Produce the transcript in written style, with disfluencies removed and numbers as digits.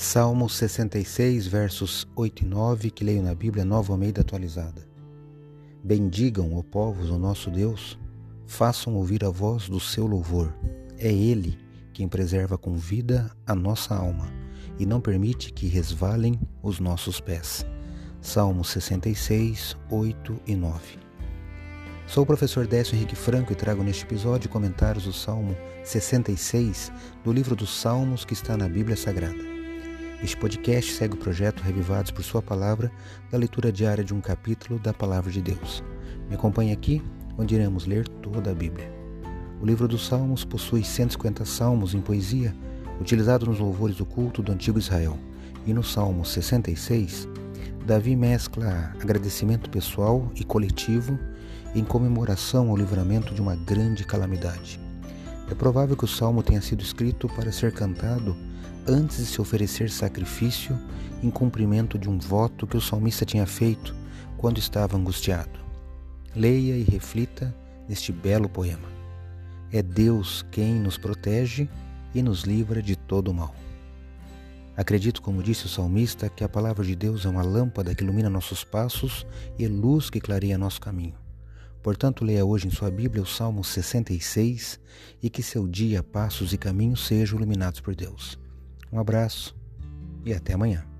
Salmo 66, versos 8 e 9, que leio na Bíblia Nova Almeida Atualizada. Bendigam, ó povos, o nosso Deus, façam ouvir a voz do seu louvor. É Ele quem preserva com vida a nossa alma e não permite que resvalem os nossos pés. Salmo 66, 8 e 9. Sou o professor Décio Henrique Franco e trago neste episódio comentários do Salmo 66 do livro dos Salmos que está na Bíblia Sagrada. Este podcast segue o projeto Revivados por Sua Palavra, da leitura diária de um capítulo da Palavra de Deus. Me acompanhe aqui, onde iremos ler toda a Bíblia. O livro dos Salmos possui 150 salmos em poesia, utilizados nos louvores do culto do antigo Israel. E no Salmo 66, Davi mescla agradecimento pessoal e coletivo em comemoração ao livramento de uma grande calamidade. É provável que o salmo tenha sido escrito para ser cantado antes de se oferecer sacrifício em cumprimento de um voto que o salmista tinha feito quando estava angustiado. Leia e reflita neste belo poema. É Deus quem nos protege e nos livra de todo o mal. Acredito, como disse o salmista, que a palavra de Deus é uma lâmpada que ilumina nossos passos e luz que clareia nosso caminho. Portanto, leia hoje em sua Bíblia o Salmo 66 e que seu dia, passos e caminhos sejam iluminados por Deus. Um abraço e até amanhã.